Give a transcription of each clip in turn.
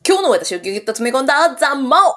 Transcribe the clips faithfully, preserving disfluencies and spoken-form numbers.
今日の私をギュギュッと詰め込んだザンマオ。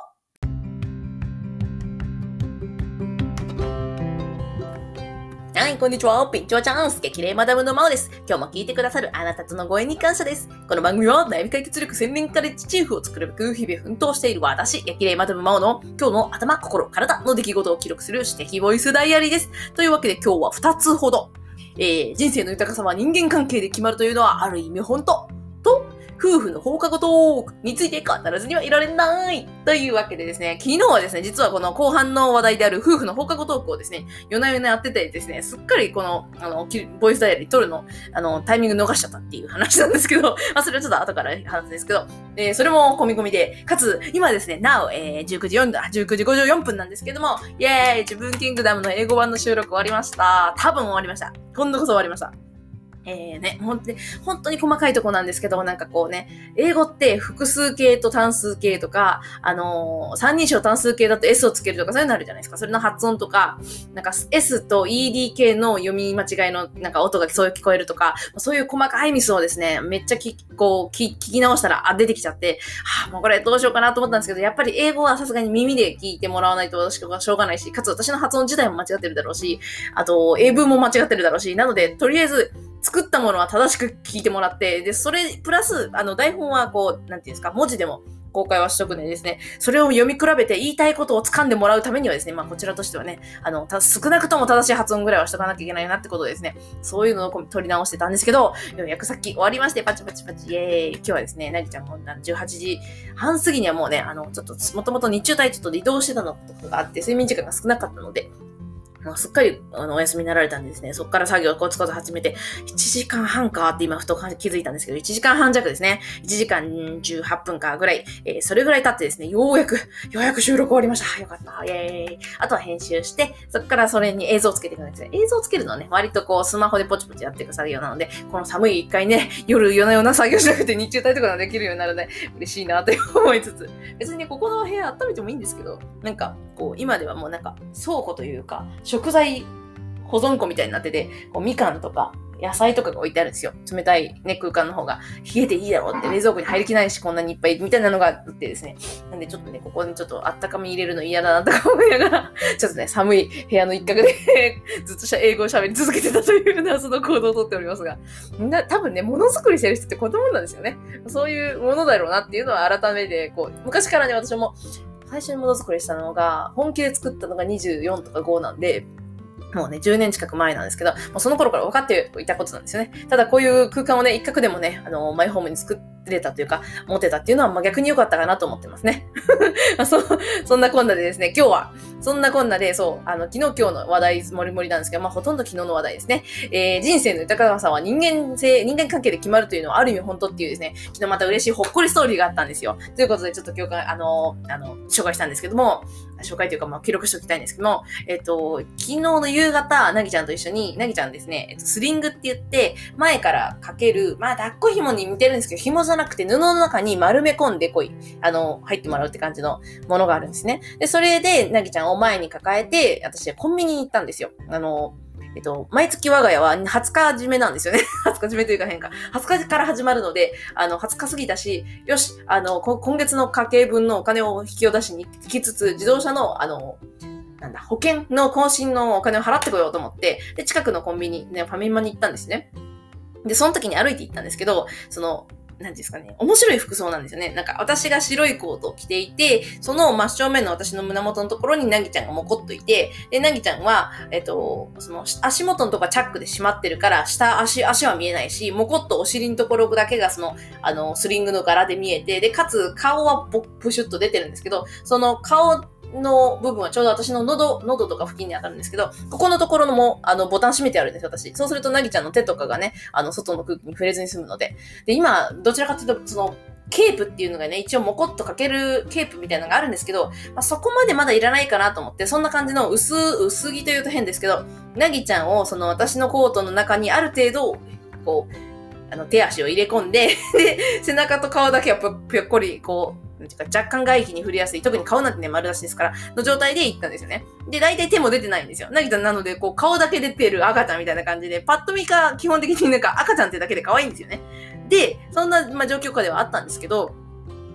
はい、こんにちは。ピンチョワチャンス、激励マダムのマオです。今日も聞いてくださるあなたとのご縁に感謝です。この番組は悩み解決力専念家でチーフを作るべく日々奮闘している私、激励マダムマオの今日の頭、心、体の出来事を記録する私的ボイスダイアリーです。というわけで今日はふたつほど、えー、人生の豊かさは人間関係で決まるというのはある意味本当と、夫婦の放課後トークについて語らずにはいられないというわけでですね、昨日はですね、実はこの後半の話題である夫婦の放課後トークをですね、夜な夜なやっててですね、すっかりこの、あの、ボイスダイヤリー撮るの、あの、タイミング逃しちゃったっていう話なんですけど、まあそれはちょっと後から話すんですけど、えー、それも込み込みで、かつ、今ですね、なお、えー、じゅうくじよん、じゅうくじごじゅうよんぷんなんですけども、イェーイ自分キングダムの英語版の収録終わりました。多分終わりました。今度こそ終わりました。えーね、ほんとに、本当に細かいとこなんですけど、なんかこうね、英語って複数形と単数形とか、あのー、三人称単数形だと S をつけるとかそういうのあるじゃないですか。それの発音とか、なんか S と イーディー 系の読み間違いのなんか音がそういう聞こえるとか、そういう細かいミスをですね、めっちゃき、こう、聞き直したら、あ、出てきちゃって、はぁ、もうこれどうしようかなと思ったんですけど、やっぱり英語はさすがに耳で聞いてもらわないと私はしょうがないし、かつ私の発音自体も間違ってるだろうし、あと、英文も間違ってるだろうし、なので、とりあえず、作ったものは正しく聞いてもらって、で、それ、プラス、あの、台本はこう、なんていうんですか、文字でも公開はしとくのでですね、それを読み比べて言いたいことを掴んでもらうためにはですね、まあ、こちらとしてはね、あの、た少なくとも正しい発音ぐらいはしとかなきゃいけないなってことですね、そういうのを取り直してたんですけど、ようやくさっき終わりまして、パチパチパチ、イエーイ。今日はですね、なぎちゃんもじゅうはちじはん過ぎにはもうね、あの、ちょっと、もともと日中帯ちょっと移動してたのとかがあって、睡眠時間が少なかったので、もうすっかりあのお休みになられたんですね。そっから作業をコツコツ始めて、いちじかんはんかって今ふと気づいたんですけど、いちじかんはん弱ですね。いちじかんじゅうはっぷんかぐらい、えー、それぐらい経ってですね、ようやく、ようやく収録終わりました。よかった。イェーイ。あとは編集して、そっからそれに映像をつけていくんですね。映像をつけるのはね、割とこうスマホでポチポチやっていく作業なので、この寒い一回ね、夜夜な夜な作業しなくて日中帯とかができるようになるので、嬉しいなと思いつつ、別にね、ここの部屋温めてもいいんですけど、なんか、こう、今ではもうなんか、倉庫というか、食材、保存庫みたいになってて、こうみかんとか野菜とかが置いてあるんですよ。冷たいね、空間の方が冷えていいだろうって、冷蔵庫に入りきないし、こんなにいっぱいみたいなのがあってですね。なんでちょっとね、ここにちょっとあったかみ入れるの嫌だなとか思いながら、ちょっとね、寒い部屋の一角でずっとした英語を喋り続けてたという謎の行動をとっておりますが、みんな多分ね、ものづくりしてる人って子供なんですよね。そういうものだろうなっていうのは改めて、こう、昔からね、私も最初にものづくりしたのが、本気で作ったのがにじゅうよんとかごなんで、もうね、じゅうねん近く前なんですけど、もうその頃から分かっていたことなんですよね。ただこういう空間をね、一角でもね、あの、マイホームに作れたというか、持てたっていうのは、まあ、逆に良かったかなと思ってますね。そ, そんなこんなでですね、今日は、そんなこんなで、そう、あの、昨日今日の話題もりもりなんですけど、まあ、ほとんど昨日の話題ですね。えー、人生の豊かさは人間性、人間関係で決まるというのはある意味本当っていうですね、昨日また嬉しいほっこりストーリーがあったんですよ。ということで、ちょっと今日あの、あの、紹介したんですけども、紹介というか、まあ、記録しておきたいんですけども、えっと、昨日の夕方、なぎちゃんと一緒に、なぎちゃんですね、えっと、スリングって言って、前からかける、まあ、抱っこ紐に似てるんですけど、紐じゃなくて布の中に丸め込んでこい、あの、入ってもらうって感じのものがあるんですね。で、それで、なぎちゃんを前に抱えて、私はコンビニに行ったんですよ。あの、えっと、毎月我が家ははつか締めなんですよね。はつか締めというか変か。はつかから始まるので、あの、はつか過ぎたし、よし、あの、今月の家計分のお金を引きを出しに行きつつ、自動車の、あの、なんだ、保険の更新のお金を払ってこようと思って、で、近くのコンビニ、ね、ファミマに行ったんですね。で、その時に歩いて行ったんですけど、その、なんですかね、面白い服装なんですよね。なんか私が白いコートを着ていて、その真正面の私の胸元のところになぎちゃんがもこっといて、で、なぎちゃんは、えっと、その足元のところチャックで閉まってるから、下足、足は見えないし、もこっとお尻のところだけがその、あの、スリングの柄で見えて、で、かつ顔はプシュッと出てるんですけど、その顔、の部分はちょうど私の喉、喉とか付近に当たるんですけど、ここのところのも、あの、ボタン閉めてあるんですよ、私。そうすると、なぎちゃんの手とかがね、あの、外の空気に触れずに済むので。で、今、どちらかというと、その、ケープっていうのがね、一応もこっとかけるケープみたいなのがあるんですけど、まあ、そこまでまだいらないかなと思って、そんな感じの薄、薄着というと変ですけど、なぎちゃんをその私のコートの中にある程度、こう、あの、手足を入れ込んで、で、背中と顔だけはぽっぽっこり、こう、若干外気に触れやすい。特に顔なんてね、丸出しですから、の状態で行ったんですよね。で、大体手も出てないんですよ。なぎちゃんなので、こう、顔だけ出てる赤ちゃんみたいな感じで、パッと見か、基本的になんか赤ちゃんってだけで可愛いんですよね。で、そんな、まあ、状況下ではあったんですけど、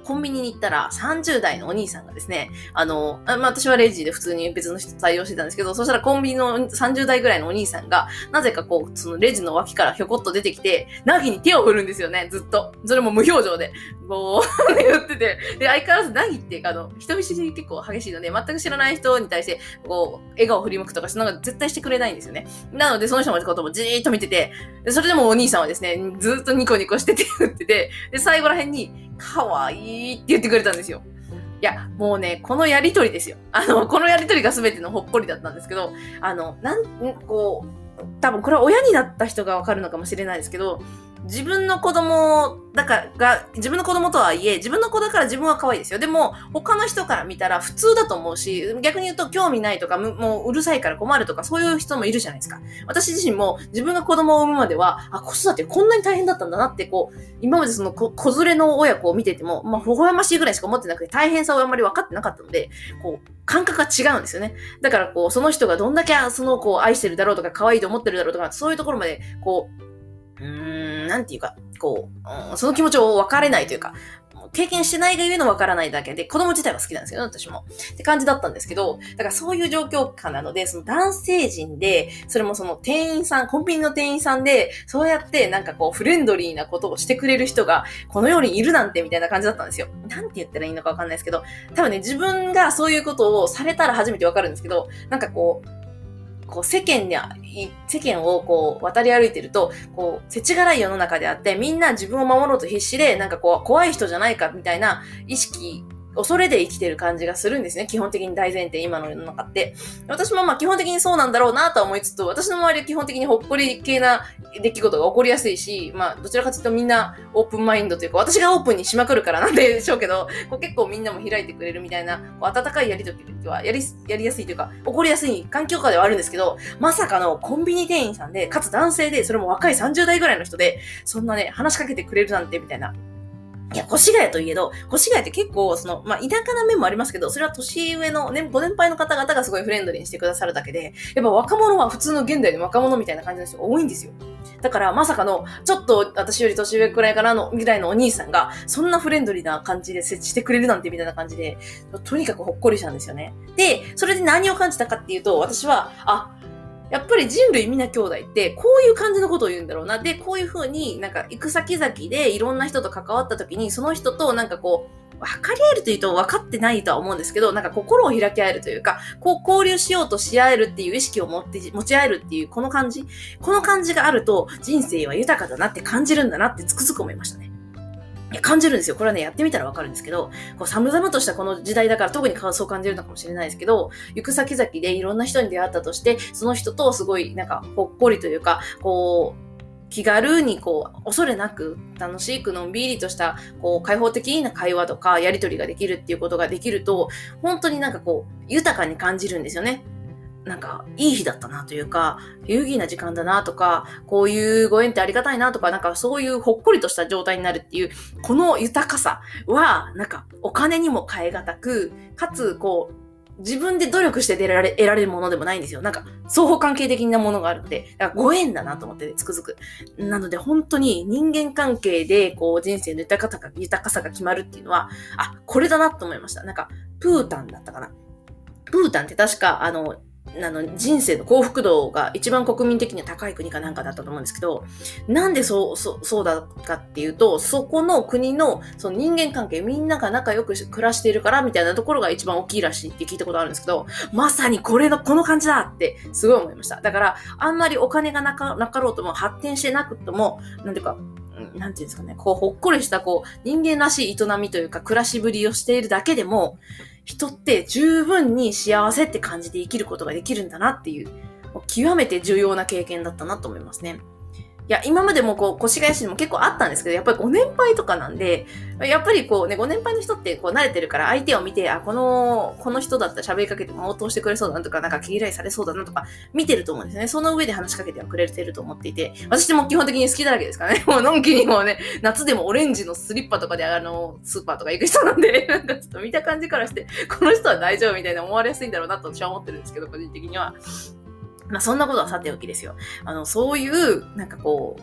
コンビニに行ったらさんじゅう代のお兄さんがですね、あの、あまあ、私はレジで普通に別の人対応してたんですけど、そしたらコンビニのさんじゅう代ぐらいのお兄さんが、なぜかこう、そのレジの脇からひょこっと出てきて、ナギに手を振るんですよね、ずっと。それも無表情で。こう、言ってて。で、相変わらずナギって、あの、人見知り結構激しいので、全く知らない人に対して、こう、笑顔振り向くとか、そんなの絶対してくれないんですよね。なので、その人のこともじーっと見てて、それでもお兄さんはですね、ずっとニコニコして手振ってて、で、最後ら辺に、かわいいって言ってくれたんですよ。いや、もうね、このやりとりですよ。あの、このやりとりが全てのほっこりだったんですけど、あの、なん、こう、多分これは親になった人がわかるのかもしれないですけど、自分の子供だからが、自分の子供とはいえ、自分の子だから自分は可愛いですよ。でも、他の人から見たら普通だと思うし、逆に言うと興味ないとか、もううるさいから困るとか、そういう人もいるじゃないですか。私自身も自分が子供を産むまでは、あ、子育てこんなに大変だったんだなって、こう、今までその子、子連れの親子を見てても、まあ、微笑ましいぐらいしか思ってなくて、大変さをあんまり分かってなかったので、こう、感覚が違うんですよね。だから、こう、その人がどんだけその子を愛してるだろうとか、可愛いと思ってるだろうとか、そういうところまで、こう、うーん、なんていうか、こう、うん、その気持ちを分かれないというか、経験してないがゆえの分からないだけで、子供自体は好きなんですよね、私も。って感じだったんですけど、だからそういう状況下なので、その男性陣で、それもその店員さん、コンビニの店員さんで、そうやってなんかこう、フレンドリーなことをしてくれる人が、この世にいるなんてみたいな感じだったんですよ。なんて言ったらいいのか分かんないですけど、多分ね、自分がそういうことをされたら初めて分かるんですけど、なんかこう、こう世間で、世間をこう渡り歩いてると、こう、世知辛い世の中であって、みんな自分を守ろうと必死で、なんかこう、怖い人じゃないかみたいな意識、恐れで生きてる感じがするんですね。基本的に大前提、今の世の中って。私もまあ基本的にそうなんだろうなとは思いつつ、私の周りは基本的にほっこり系な出来事が起こりやすいし、まあどちらかというとみんなオープンマインドというか、私がオープンにしまくるからなんでしょうけど、こう結構みんなも開いてくれるみたいな、こう温かいやりとりはやり、やりやすいというか、起こりやすい環境下ではあるんですけど、まさかのコンビニ店員さんで、かつ男性で、それも若いさんじゅう代ぐらいの人で、そんなね、話しかけてくれるなんてみたいな。いや、越谷といえど、越谷って結構、その、まあ、田舎な面もありますけど、それは年上の、ね、ご年配の方々がすごいフレンドリーにしてくださるだけで、やっぱ若者は普通の現代の若者みたいな感じの人が多いんですよ。だから、まさかの、ちょっと私より年上くらいかなの、ぐらいのお兄さんが、そんなフレンドリーな感じで接してくれるなんてみたいな感じで、とにかくほっこりしたんですよね。で、それで何を感じたかっていうと、私は、あ、やっぱり人類みんな兄弟ってこういう感じのことを言うんだろうな。で、こういう風になんか行く先々でいろんな人と関わった時にその人となんかこう分かり合えるというと分かってないとは思うんですけど、なんか心を開き合えるというか、こう交流しようとし合えるっていう意識を持って持ち合えるっていうこの感じ。この感じがあると人生は豊かだなって感じるんだなってつくづく思いましたね。いや、感じるんですよ。これはね、やってみたらわかるんですけど、こう寒々としたこの時代だから特にそう感じるのかもしれないですけど、行く先々でいろんな人に出会ったとして、その人とすごいなんかほっこりというか、こう、気軽にこう、恐れなく、楽しくのんびりとした、こう、開放的な会話とか、やりとりができるっていうことができると、本当になんかこう、豊かに感じるんですよね。なんか、いい日だったなというか、有意義な時間だなとか、こういうご縁ってありがたいなとか、なんかそういうほっこりとした状態になるっていう、この豊かさは、なんか、お金にも変え難く、かつ、こう、自分で努力して得られ、得られるものでもないんですよ。なんか、相互関係的なものがあるので、だからご縁だなと思って、つくづく。なので、本当に人間関係で、こう、人生の豊かさが、豊かさが決まるっていうのは、あ、これだなと思いました。なんか、プータンだったかな。プータンって確か、あの、あの人生の幸福度が一番国民的には高い国かなんかだったと思うんですけど、なんでそう、そう、そうだかっていうと、そこの国のその人間関係、みんなが仲良く暮らしているからみたいなところが一番大きいらしいって聞いたことあるんですけど、まさにこれの、この感じだってすごい思いました。だから、あんまりお金がなか、なかろうとも発展してなくとも、なんていうか、なんていうんですかね、こう、ほっこりしたこう、人間らしい営みというか、暮らしぶりをしているだけでも、人って十分に幸せって感じて生きることができるんだなっていう、極めて重要な経験だったなと思いますね。いや、今までもこう、越谷市にも結構あったんですけど、やっぱりご年配とかなんで、やっぱりこうね、ご年配の人ってこう慣れてるから相手を見て、あ、この、この人だったら喋りかけても応答してくれそうだなとか、なんか毛嫌いされそうだなとか、見てると思うんですよね。その上で話しかけてはくれてると思っていて、私も基本的に好きだらけですからね。もうのんきにもね、夏でもオレンジのスリッパとかであの、スーパーとか行く人なんで、なんかちょっと見た感じからして、この人は大丈夫みたいな思われやすいんだろうなと私は思ってるんですけど、個人的には。まあそんなことはさておきですよ。あの、そういう、なんかこう、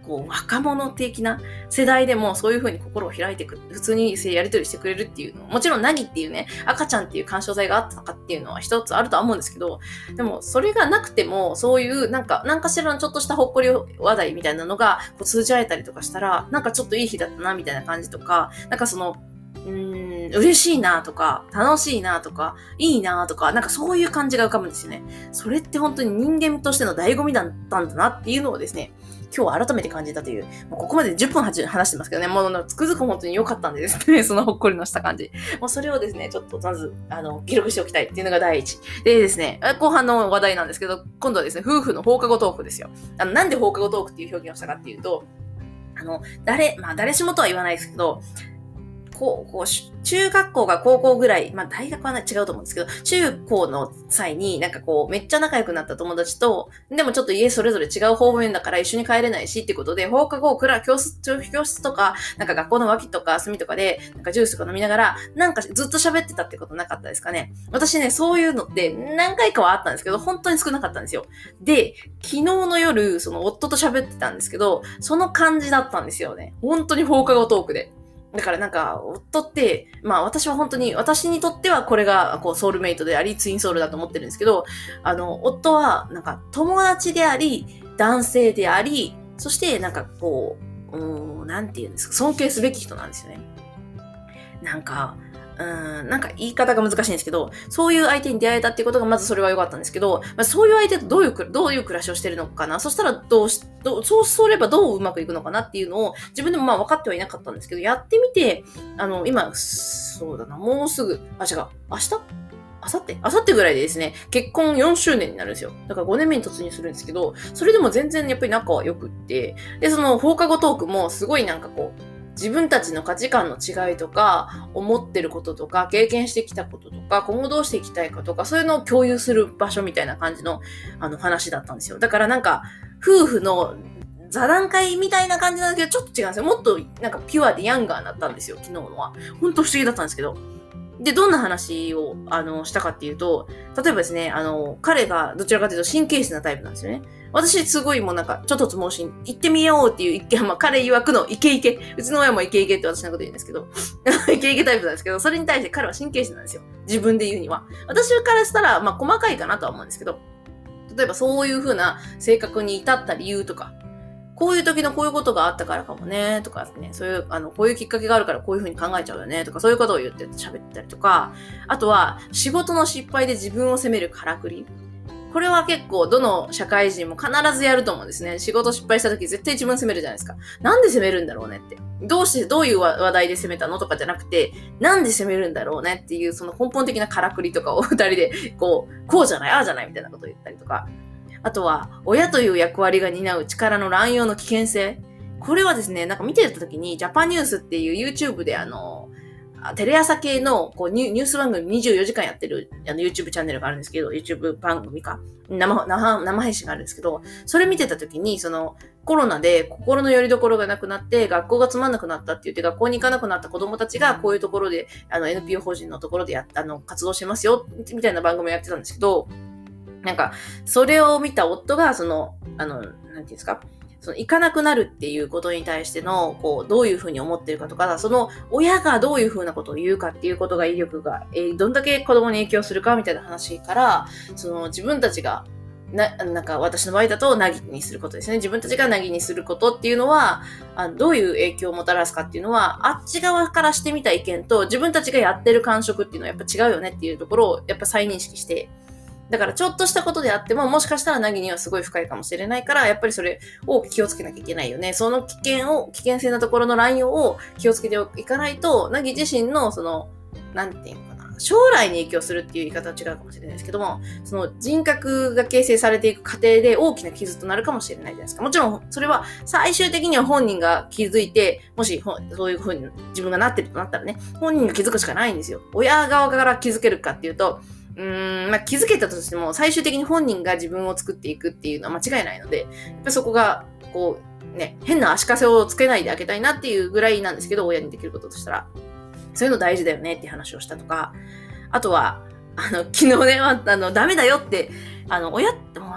こう、若者的な世代でもそういう風に心を開いてく、普通にやり取りしてくれるっていうのもちろんナギっていうね、赤ちゃんっていう干渉剤があったかっていうのは一つあるとは思うんですけど、でもそれがなくても、そういうなんか、なんかしらのちょっとしたほっこり話題みたいなのがこう通じ合えたりとかしたら、なんかちょっといい日だったな、みたいな感じとか、なんかその、うーん、嬉しいなとか、楽しいなとか、いいなとか、なんかそういう感じが浮かぶんですよね。それって本当に人間としての醍醐味だったんだなっていうのをですね、今日改めて感じたという、もうここまでじゅっぷん話してますけどね、もうつくづく本当に良かったんでですね、そのほっこりのした感じ。もうそれをですね、ちょっとまず、あの、記録しておきたいっていうのが第一。でですね、後半の話題なんですけど、今度はですね、夫婦の放課後トークですよ。あの、なんで放課後トークっていう表現をしたかっていうと、あの、誰、まあ誰しもとは言わないですけど、こう、こう、中学校が高校ぐらい、まあ大学は、ね、違うと思うんですけど、中高の際になんかこう、めっちゃ仲良くなった友達と、でもちょっと家それぞれ違う方面だから一緒に帰れないしってことで、放課後、クラ、教室、教室とか、なんか学校の脇とか隅とかで、なんかジュースとか飲みながら、なんかずっと喋ってたってことなかったですかね。私ね、そういうのって何回かはあったんですけど、本当に少なかったんですよ。で、昨日の夜、その夫と喋ってたんですけど、その感じだったんですよね。本当に放課後トークで。だからなんか、夫って、まあ私は本当に、私にとってはこれがこうソウルメイトであり、ツインソウルだと思ってるんですけど、あの、夫はなんか友達であり、男性であり、そしてなんかこう、うーん、なんて言うんですか、尊敬すべき人なんですよね。なんか、うーん、なんか言い方が難しいんですけど、そういう相手に出会えたっていうことがまずそれは良かったんですけど、まあ、そういう相手とどういう、どういう暮らしをしてるのかな、そしたらどうし、どう、そうすればどううまくいくのかなっていうのを自分でもまあ分かってはいなかったんですけど、やってみて、あの、今、そうだな、もうすぐ、あ、違う、明日あさってあさってぐらいでですね、結婚よんしゅうねんになるんですよ。だからごねんめに突入するんですけど、それでも全然やっぱり仲は良くって、で、その放課後トークもすごいなんかこう、自分たちの価値観の違いとか、思ってることとか、経験してきたこととか、今後どうしていきたいかとか、そういうのを共有する場所みたいな感じの、あの話だったんですよ。だからなんか、夫婦の座談会みたいな感じなんですけど、ちょっと違うんですよ。もっとなんかピュアでヤンガーだったんですよ、昨日のは。ほんと不思議だったんですけど。で、どんな話を、あの、したかっていうと、例えばですね、あの、彼がどちらかというと神経質なタイプなんですよね。私、すごいもうなんか、ちょっとつ盲信、行ってみようっていう一見、まあ、彼曰くのイケイケ。うちの親もイケイケって私のこと言うんですけど、イケイケタイプなんですけど、それに対して彼は神経質なんですよ。自分で言うには。私からしたら、まあ、細かいかなとは思うんですけど、例えばそういう風な性格に至った理由とか、こういう時のこういうことがあったからかもね、とかね、そういう、あの、こういうきっかけがあるからこういう風に考えちゃうよね、とか、そういうことを言って喋ったりとか、あとは、仕事の失敗で自分を責めるからくり。これは結構、どの社会人も必ずやると思うんですね。仕事失敗した時絶対自分責めるじゃないですか。なんで責めるんだろうねって。どうして、どういう話題で責めたのとかじゃなくて、なんで責めるんだろうねっていう、その根本的なからくりとかを二人で、こう、こうじゃない、ああじゃないみたいなことを言ったりとか。あとは、親という役割が担う力の乱用の危険性。これはですね、なんか見てた時に、ジャパニュースっていう YouTube であの、テレ朝系のこうニュース番組にじゅうよじかんやってるあの YouTube チャンネルがあるんですけど、YouTube 番組か、生、生、生配信があるんですけど、それ見てた時に、その、コロナで心の拠り所がなくなって、学校がつまんなくなったって言って、学校に行かなくなった子供たちが、こういうところで、あの エヌピーオー 法人のところでやあの、活動してますよ、みたいな番組をやってたんですけど、なんか、それを見た夫が、その、あの、なんていうんですか、その、行かなくなるっていうことに対しての、こう、どういうふうに思ってるかとか、その、親がどういうふうなことを言うかっていうことが威力が、えー、どんだけ子供に影響するかみたいな話から、その、自分たちが、な、なんか、私の場合だと、なぎにすることですね。自分たちがなぎにすることっていうのは、あのどういう影響をもたらすかっていうのは、あっち側からしてみた意見と、自分たちがやってる感触っていうのはやっぱ違うよねっていうところを、やっぱ再認識して、だからちょっとしたことであっても、もしかしたらナギにはすごい深いかもしれないから、やっぱりそれを気をつけなきゃいけないよね。その危険を、危険性なところの乱用を気をつけていかないと、ナギ自身のその、なんていうのかな、将来に影響するっていう言い方は違うかもしれないですけども、その人格が形成されていく過程で大きな傷となるかもしれないじゃないですか。もちろん、それは最終的には本人が気づいて、もしそういう風に自分がなってるとなったらね、本人が気づくしかないんですよ。親側から気づけるかっていうと、うーん、まあ、気づけたとしても、最終的に本人が自分を作っていくっていうのは間違いないので、やっぱそこが、こう、ね、変な足かせをつけないであげたいなっていうぐらいなんですけど、親にできることとしたら。そういうの大事だよねっていう話をしたとか、あとは、あの、昨日ね、あの、ダメだよって、あの、親って、もうなんか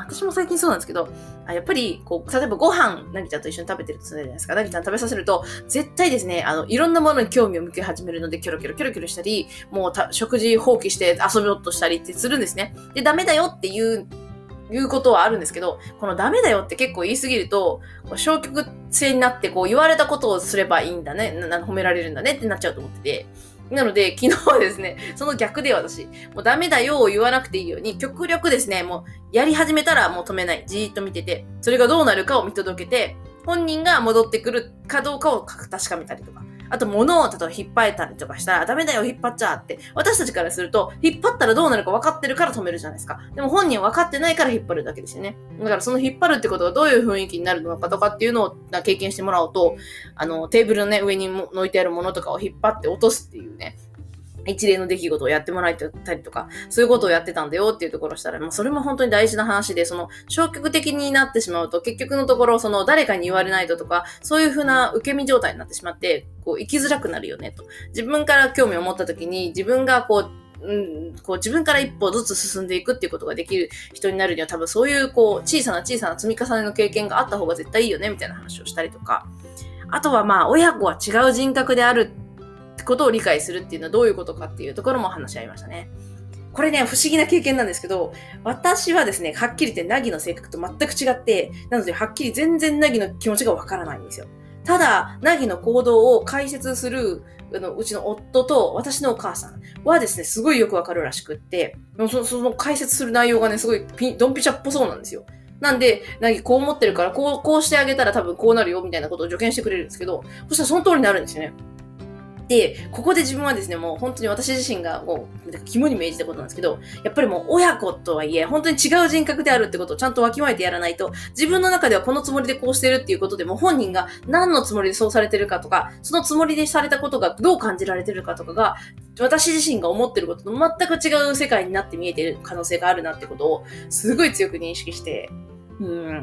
私も最近そうなんですけど、あやっぱり、こう、例えばご飯、なぎちゃんと一緒に食べてるとするじゃないですか。なぎちゃん食べさせると、絶対ですね、あの、いろんなものに興味を向け始めるので、キョロキョロキョロキョロしたり、もうた食事放棄して遊びようとしたりってするんですね。で、ダメだよっていう、いうことはあるんですけど、このダメだよって結構言いすぎると、消極性になって、こう言われたことをすればいいんだね、な褒められるんだねってなっちゃうと思ってて、なので、昨日はですね、その逆で私、もうダメだよを言わなくていいように、極力ですね、もうやり始めたらもう止めない。じーっと見てて、それがどうなるかを見届けて、本人が戻ってくるかどうかを確かめたりとか。あと物を例えば引っ張ったりとかしたら、ダメだよ、引っ張っちゃって。私たちからすると、引っ張ったらどうなるか分かってるから止めるじゃないですか。でも本人は分かってないから引っ張るだけですよね。だからその引っ張るってことがどういう雰囲気になるのかとかっていうのを経験してもらうと、あの、テーブルのね、上に置いてあるものとかを引っ張って落とすっていうね。一連の出来事をやってもらえたりとか、そういうことをやってたんだよっていうところをしたら、もうそれも本当に大事な話で、その消極的になってしまうと、結局のところ、その誰かに言われないととか、そういう風な受け身状態になってしまって、こう生きづらくなるよねと。自分から興味を持った時に、自分がこう、うん、こう自分から一歩ずつ進んでいくっていうことができる人になるには、多分そういうこう小さな小さな積み重ねの経験があった方が絶対いいよねみたいな話をしたりとか、あとはまあ親子は違う人格であることを理解するっていうのはどういうことかっていうところも話し合いましたね。これね、不思議な経験なんですけど、私はですね、はっきり言ってナギの性格と全く違って、なのではっきり全然ナギの気持ちがわからないんですよ。ただ、ナギの行動を解説するあのうちの夫と私のお母さんはですね、すごいよくわかるらしくって、そ, その解説する内容がね、すごいピドンピシャっぽそうなんですよ。なんで、ナギこう思ってるから、こう、こうしてあげたら多分こうなるよみたいなことを助言してくれるんですけど、そしたらその通りになるんですよね。で、ここで自分はですね、もう本当に私自身がもう肝に銘じたことなんですけど、やっぱりもう親子とはいえ、本当に違う人格であるってことをちゃんとわきまえてやらないと、自分の中ではこのつもりでこうしてるっていうことでも本人が何のつもりでそうされてるかとか、そのつもりでされたことがどう感じられてるかとかが、私自身が思ってることと全く違う世界になって見えてる可能性があるなってことを、すごい強く認識して、うん、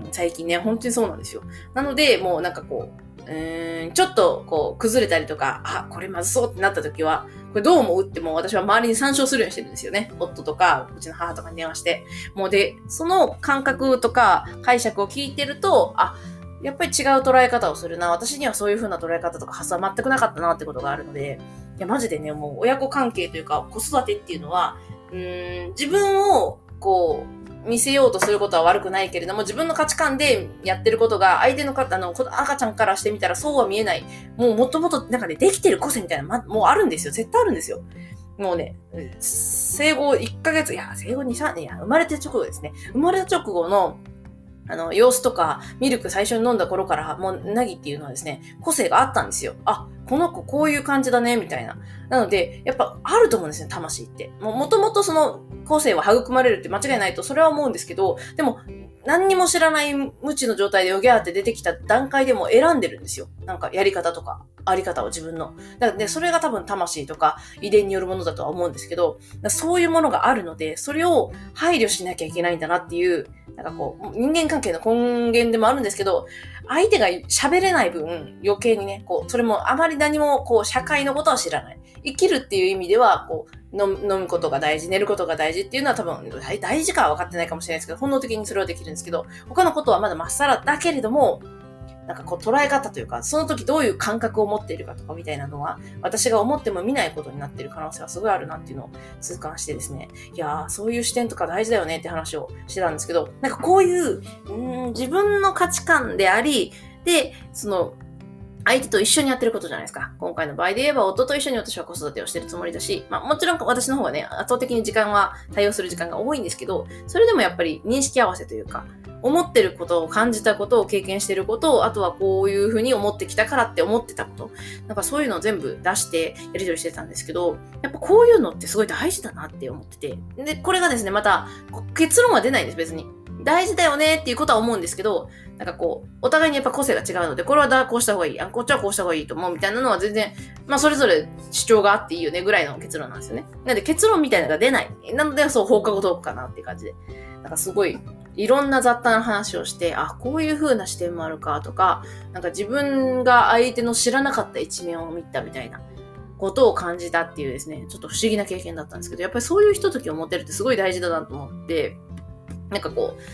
最近ね、本当にそうなんですよ。なので、もうなんかこう、うーんちょっとこう崩れたりとか、あ、これまずそうってなった時は、これどう思うっても私は周りに参照するようにしてるんですよね。夫とか、うちの母とかに電話して。もうで、その感覚とか解釈を聞いてると、あ、やっぱり違う捉え方をするな。私にはそういう風な捉え方とか発想は全くなかったなってことがあるので、いや、マジでね、もう親子関係というか子育てっていうのは、うーん自分をこう、見せようとすることは悪くないけれども、自分の価値観でやってることが相手の方の赤ちゃんからしてみたらそうは見えない。もうもともとなんかね、できてる個性みたいな、ま、もうあるんですよ。絶対あるんですよ。もうね、生後いっかげつ、いや、生後に、さんねん、いや、生まれて直後ですね。生まれた直後のあの、様子とか、ミルク最初に飲んだ頃から、もう、なぎっていうのはですね、個性があったんですよ。あ、この子こういう感じだね、みたいな。なので、やっぱあると思うんですよ、魂って。も、もともとその個性は育まれるって間違いないと、それは思うんですけど、でも、何にも知らない無知の状態でよぎゃーって出てきた段階でも選んでるんですよ。なんかやり方とか、あり方を自分の。だからね、それが多分魂とか遺伝によるものだとは思うんですけど、そういうものがあるので、それを配慮しなきゃいけないんだなっていう、なんかこう、人間関係の根源でもあるんですけど、相手が喋れない分、余計にね、こう、それもあまり何も、こう、社会のことは知らない。生きるっていう意味では、こう、飲む、飲むことが大事、寝ることが大事っていうのは多分、大事かは分かってないかもしれないですけど、本能的にそれはできるんですけど、他のことはまだまっさらだけれども、なんかこう捉え方というか、その時どういう感覚を持っているかとかみたいなのは、私が思っても見ないことになっている可能性はすごいあるなっていうのを痛感してですね、いやー、そういう視点とか大事だよねって話をしてたんですけど、なんかこういう、うーん自分の価値観であり、で、その、相手と一緒にやってることじゃないですか。今回の場合で言えば、夫と一緒に私は子育てをしてるつもりだし、まあもちろん私の方がね、圧倒的に時間は対応する時間が多いんですけど、それでもやっぱり認識合わせというか、思ってることを感じたことを経験してることを、あとはこういうふうに思ってきたからって思ってたこと、なんかそういうのを全部出してやり取りしてたんですけど、やっぱこういうのってすごい大事だなって思ってて、で、これがですね、また結論は出ないんです、別に。大事だよねっていうことは思うんですけど、なんかこう、お互いにやっぱ個性が違うので、これはだこうした方がいい、あ、こっちはこうした方がいいと思うみたいなのは全然、まあそれぞれ主張があっていいよねぐらいの結論なんですよね。なので結論みたいなのが出ない。なのでそう放課後トークかなっていう感じで。なんかすごい、いろんな雑多な話をして、あ、こういう風な視点もあるかとか、なんか自分が相手の知らなかった一面を見たみたいなことを感じたっていうですね、ちょっと不思議な経験だったんですけど、やっぱりそういうひとときを持てるってすごい大事だなと思って、なんかこう、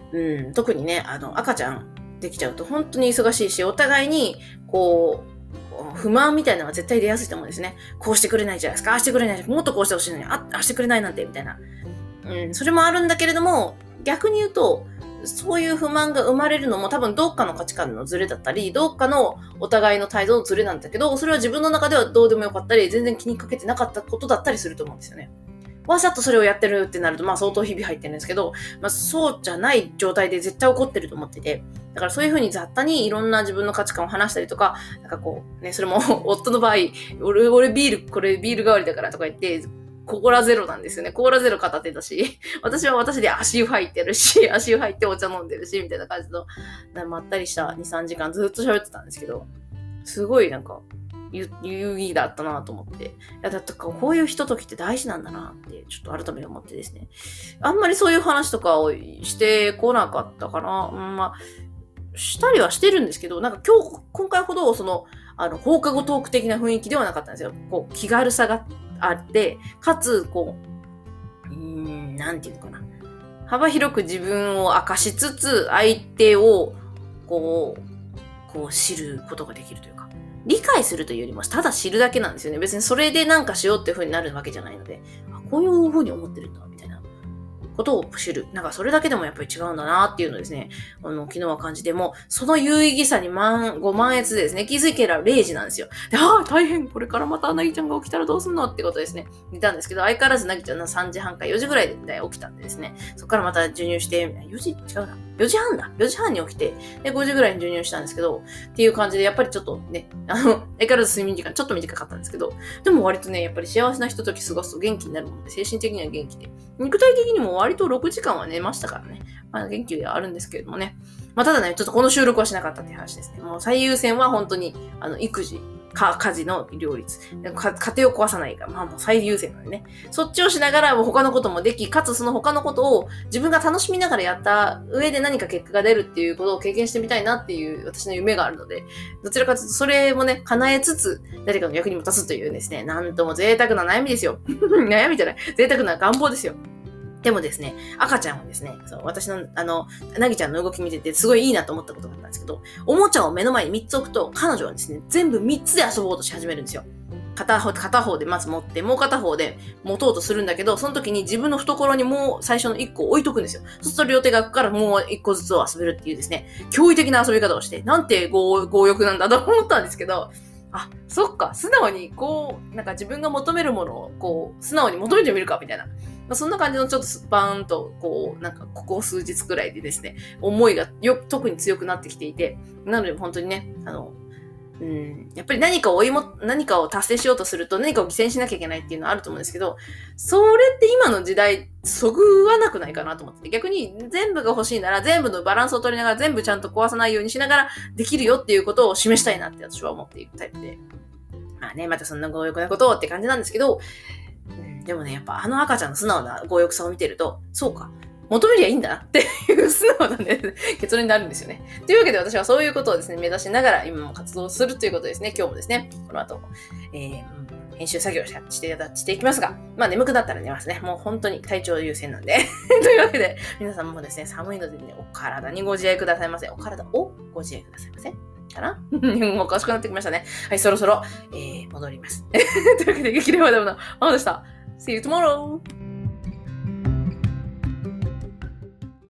うん、特にね、あの、赤ちゃんできちゃうと本当に忙しいし、お互いに、こう、不満みたいなのが絶対出やすいと思うんですね。こうしてくれないじゃないですか。ああしてくれないじゃん。もっとこうしてほしいのに、あ、ああしてくれないなんて、みたいな。うん、それもあるんだけれども、逆に言うと、そういう不満が生まれるのも多分どっかの価値観のズレだったり、どっかのお互いの態度のズレなんだけど、それは自分の中ではどうでもよかったり、全然気にかけてなかったことだったりすると思うんですよね。わざとそれをやってるってなると、まあ相当日々入ってるんですけど、まあそうじゃない状態で絶対起こってると思ってて、だからそういうふうに雑多にいろんな自分の価値観を話したりとか、なんかこう、ね、それも夫の場合、俺、俺ビール、これビール代わりだからとか言って、コーラゼロなんですよね。コーラゼロ片手だし、私は私で足湯入ってるし、足湯入ってお茶飲んでるし、みたいな感じの、まったりしたに、さんじかんずっと喋ってたんですけど、すごいなんか、有意義だったなと思って。いや、だってこういうひとときって大事なんだなって、ちょっと改めて思ってですね。あんまりそういう話とかをしてこなかったかな。うん、まあ、したりはしてるんですけど、なんか今日、今回ほど、その、あの、放課後トーク的な雰囲気ではなかったんですよ。こう、気軽さがあって、かつ、こう、うーん、なんていうのかな。幅広く自分を明かしつつ、相手を、こう、こう知ることができるというか、理解するというよりも、ただ知るだけなんですよね。別にそれでなんかしようっていう風になるわけじゃないので、あ、こういう風に思ってるんだ、みたいなことを知る。なんかそれだけでもやっぱり違うんだなっていうのをですね、あの、昨日は感じても、その有意義さに満、ご満悦でですね、気づけられいじなんですよ。で、ああ、大変、これからまたなぎちゃんが起きたらどうすんのってことですね。見たんですけど、相変わらずなぎちゃんはさんじはんかよじぐらいで起きたんでですね、そこからまた授乳して、よじ違うな。よじはんだ。よじはんに起きて、で、ごじぐらいに授乳したんですけど、っていう感じで、やっぱりちょっとね、あの、相変わらず睡眠時間ちょっと短かったんですけど、でも割とね、やっぱり幸せなひととき過ごすと元気になるので、精神的には元気で、肉体的にも割とろくじかんは寝ましたからね。まあ元気ではあるんですけれどもね。まあただね、ちょっとこの収録はしなかったっていう話ですね。もう最優先は本当に、あの、育児、か、家事の両立。か家庭を壊さないから、まあもう最優先なんでね。そっちをしながら他のこともでき、かつその他のことを自分が楽しみながらやった上で何か結果が出るっていうことを経験してみたいなっていう私の夢があるので、どちらかというとそれもね、叶えつつ、誰かの役にも立つというですね、なんとも贅沢な悩みですよ。悩みじゃない。贅沢な願望ですよ。でもですね、赤ちゃんはですね、そう、私の、あの、なぎちゃんの動き見ててすごいいいなと思ったことがあったんですけど、おもちゃを目の前にみっつ置くと、彼女はですね、全部みっつで遊ぼうとし始めるんですよ。片方、片方でまず持って、もう片方で持とうとするんだけど、その時に自分の懐にもう最初のいっこ置いとくんですよ。そうすると両手が空くからもういっこずつを遊べるっていうですね、驚異的な遊び方をして、なんて強強欲なんだと思ったんですけど、あ、そっか、素直にこう、なんか自分が求めるものをこう、素直に求めてみるか、みたいな。まあ、そんな感じのちょっとスパーンと、こう、なんかここ数日くらいでですね、思いがよ特に強くなってきていて、なので本当にね、あの、うん、やっぱり何かを追いも、何かを達成しようとすると何かを犠牲にしなきゃいけないっていうのはあると思うんですけど、それって今の時代、そぐわなくないかなと思ってて、逆に全部が欲しいなら全部のバランスを取りながら全部ちゃんと壊さないようにしながらできるよっていうことを示したいなって私は思っているタイプで。まあね、またそんな強欲なことをって感じなんですけど、うん、でもね、やっぱあの赤ちゃんの素直な強欲さを見てると、そうか。求めりゃいいんだなっていう素直な、ね、結論になるんですよね。というわけで私はそういうことをですね、目指しながら今も活動するということですね。今日もですね、この後、えー、編集作業してしていきますが、まあ眠くなったら寝ますね。もう本当に体調優先なんで。というわけで、皆さんもですね、寒いのでね、お体にご自愛くださいませ。お体をご自愛くださいませ。かなもうおかしくなってきましたね。はい、そろそろ、えー、戻ります。というわけで、激励マダムのママでした。See you tomorrow!